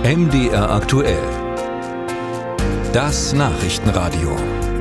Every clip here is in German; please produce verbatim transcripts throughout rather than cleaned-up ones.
M D R aktuell. Das Nachrichtenradio.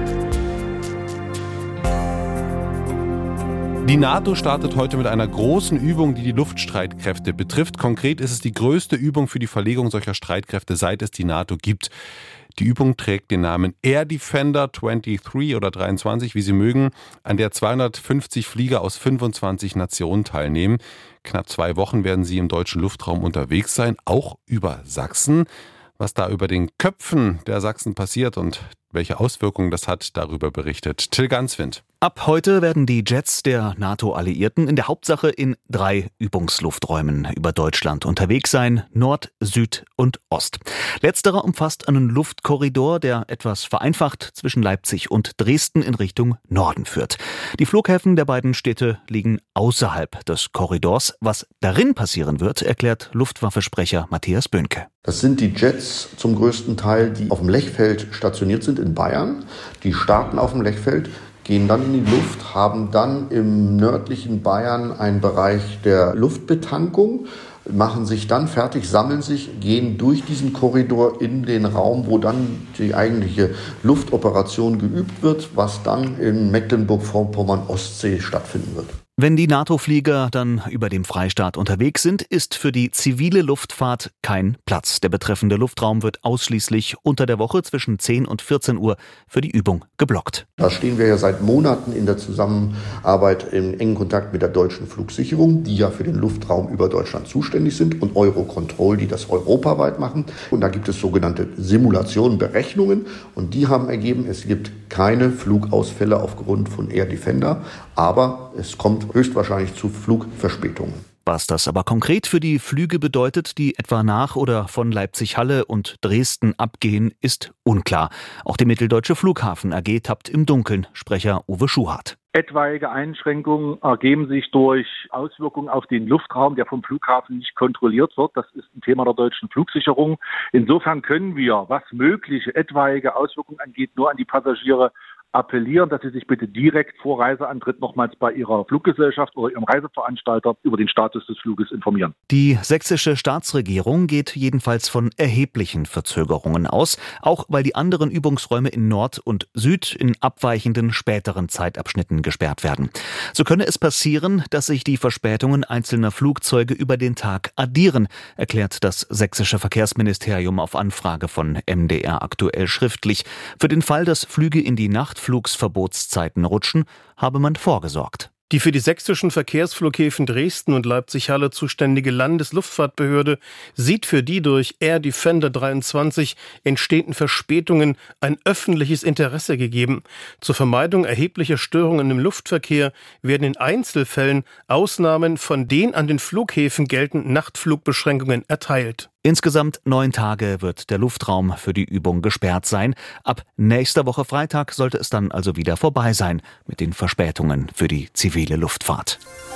Die NATO startet heute mit einer großen Übung, die die Luftstreitkräfte betrifft. Konkret ist es die größte Übung für die Verlegung solcher Streitkräfte, seit es die NATO gibt. Die Übung trägt den Namen Air Defender dreiundzwanzig oder dreiundzwanzig, wie Sie mögen, an der zweihundertfünfzig Flieger aus fünfundzwanzig Nationen teilnehmen. Knapp zwei Wochen werden sie im deutschen Luftraum unterwegs sein, auch über Sachsen. Was da über den Köpfen der Sachsen passiert und welche Auswirkungen das hat, darüber berichtet Till Ganswind. Ab heute werden die Jets der NATO-Alliierten in der Hauptsache in drei Übungslufträumen über Deutschland unterwegs sein: Nord, Süd und Ost. Letzterer umfasst einen Luftkorridor, der etwas vereinfacht zwischen Leipzig und Dresden in Richtung Norden führt. Die Flughäfen der beiden Städte liegen außerhalb des Korridors. Was darin passieren wird, erklärt Luftwaffe-Sprecher Matthias Böhnke. Das sind die Jets zum größten Teil, die auf dem Lechfeld stationiert sind in Bayern. Die starten auf dem Lechfeld, gehen dann in die Luft, haben dann im nördlichen Bayern einen Bereich der Luftbetankung, machen sich dann fertig, sammeln sich, gehen durch diesen Korridor in den Raum, wo dann die eigentliche Luftoperation geübt wird, was dann in Mecklenburg-Vorpommern-Ostsee stattfinden wird. Wenn die NATO-Flieger dann über dem Freistaat unterwegs sind, ist für die zivile Luftfahrt kein Platz. Der betreffende Luftraum wird ausschließlich unter der Woche zwischen zehn und vierzehn Uhr für die Übung geblockt. Da stehen wir ja seit Monaten in der Zusammenarbeit in engen Kontakt mit der deutschen Flugsicherung, die ja für den Luftraum über Deutschland zuständig sind, und Eurocontrol, die das europaweit machen. Und da gibt es sogenannte Simulationen, Berechnungen, und die haben ergeben, es gibt keine Flugausfälle aufgrund von Air Defender, aber es kommt höchstwahrscheinlich zu Flugverspätungen. Was das aber konkret für die Flüge bedeutet, die etwa nach oder von Leipzig-Halle und Dresden abgehen, ist unklar. Auch die Mitteldeutsche Flughafen A G tappt im Dunkeln, Sprecher Uwe Schuhart. Etwaige Einschränkungen ergeben sich durch Auswirkungen auf den Luftraum, der vom Flughafen nicht kontrolliert wird. Das ist ein Thema der deutschen Flugsicherung. Insofern können wir, was mögliche etwaige Auswirkungen angeht, nur an die Passagiere appellieren, dass sie sich bitte direkt vor Reiseantritt nochmals bei ihrer Fluggesellschaft oder ihrem Reiseveranstalter über den Status des Fluges informieren. Die sächsische Staatsregierung geht jedenfalls von erheblichen Verzögerungen aus, auch weil die anderen Übungsräume in Nord und Süd in abweichenden späteren Zeitabschnitten gesperrt werden. So könne es passieren, dass sich die Verspätungen einzelner Flugzeuge über den Tag addieren, erklärt das sächsische Verkehrsministerium auf Anfrage von M D R aktuell schriftlich. Für den Fall, dass Flüge in die Nachtflugsverbotszeiten rutschen, habe man vorgesorgt. Die für die sächsischen Verkehrsflughäfen Dresden und Leipzig-Halle zuständige Landesluftfahrtbehörde sieht für die durch Air Defender dreiundzwanzig entstehenden Verspätungen ein öffentliches Interesse gegeben. Zur Vermeidung erheblicher Störungen im Luftverkehr werden in Einzelfällen Ausnahmen von den an den Flughäfen geltenden Nachtflugbeschränkungen erteilt. Insgesamt neun Tage wird der Luftraum für die Übung gesperrt sein. Ab nächster Woche Freitag sollte es dann also wieder vorbei sein mit den Verspätungen für die zivile Luftfahrt.